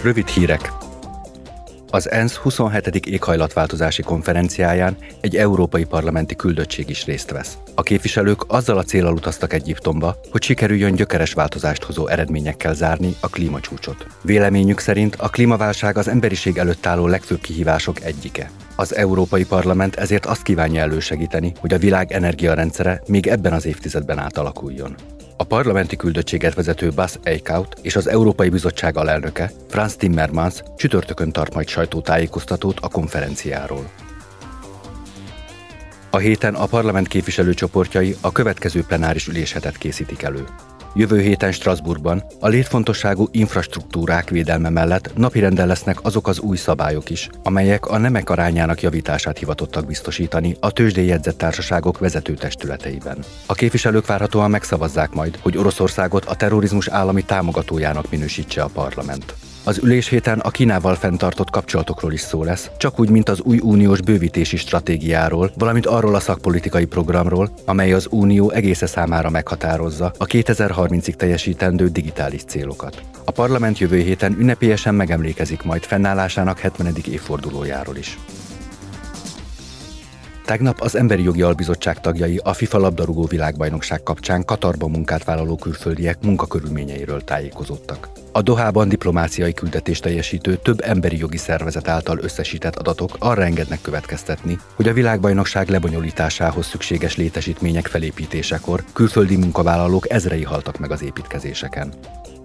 Rövid hírek. Az ENSZ 27. éghajlatváltozási konferenciáján egy európai parlamenti küldöttség is részt vesz. A képviselők azzal a céllal utaztak Egyiptomba, hogy sikerüljön gyökeres változást hozó eredményekkel zárni a klímacsúcsot. Véleményük szerint a klímaválság az emberiség előtt álló legfőbb kihívások egyike. Az Európai Parlament ezért azt kívánja elősegíteni, hogy a világ energiarendszere még ebben az évtizedben átalakuljon. A parlamenti küldöttséget vezető Bas Eickhout és az Európai Bizottság alelnöke, Frans Timmermans csütörtökön tart majd sajtótájékoztatót a konferenciáról. A héten a parlament képviselőcsoportjai a következő plenáris üléshetet készítik elő. Jövő héten Strasbourgban a létfontosságú infrastruktúrák védelme mellett napirenden lesznek azok az új szabályok is, amelyek a nemek arányának javítását hivatottak biztosítani a tőzsdén jegyzett társaságok vezetőtestületeiben. A képviselők várhatóan megszavazzák majd, hogy Oroszországot a terrorizmus állami támogatójának minősítse a parlament. Az ülés héten a Kínával fenntartott kapcsolatokról is szó lesz, csak úgy, mint az új uniós bővítési stratégiáról, valamint arról a szakpolitikai programról, amely az unió egésze számára meghatározza a 2030-ig teljesítendő digitális célokat. A parlament jövő héten ünnepélyesen megemlékezik majd fennállásának 70. évfordulójáról is. Tegnap az Emberi Jogi Albizottság tagjai a FIFA labdarúgó világbajnokság kapcsán Katarban munkát vállaló külföldiek munkakörülményeiről tájékozódtak. A Dohában diplomáciai küldetést teljesítő több emberi jogi szervezet által összesített adatok arra engednek következtetni, hogy a világbajnokság lebonyolításához szükséges létesítmények felépítésekor külföldi munkavállalók ezrei haltak meg az építkezéseken.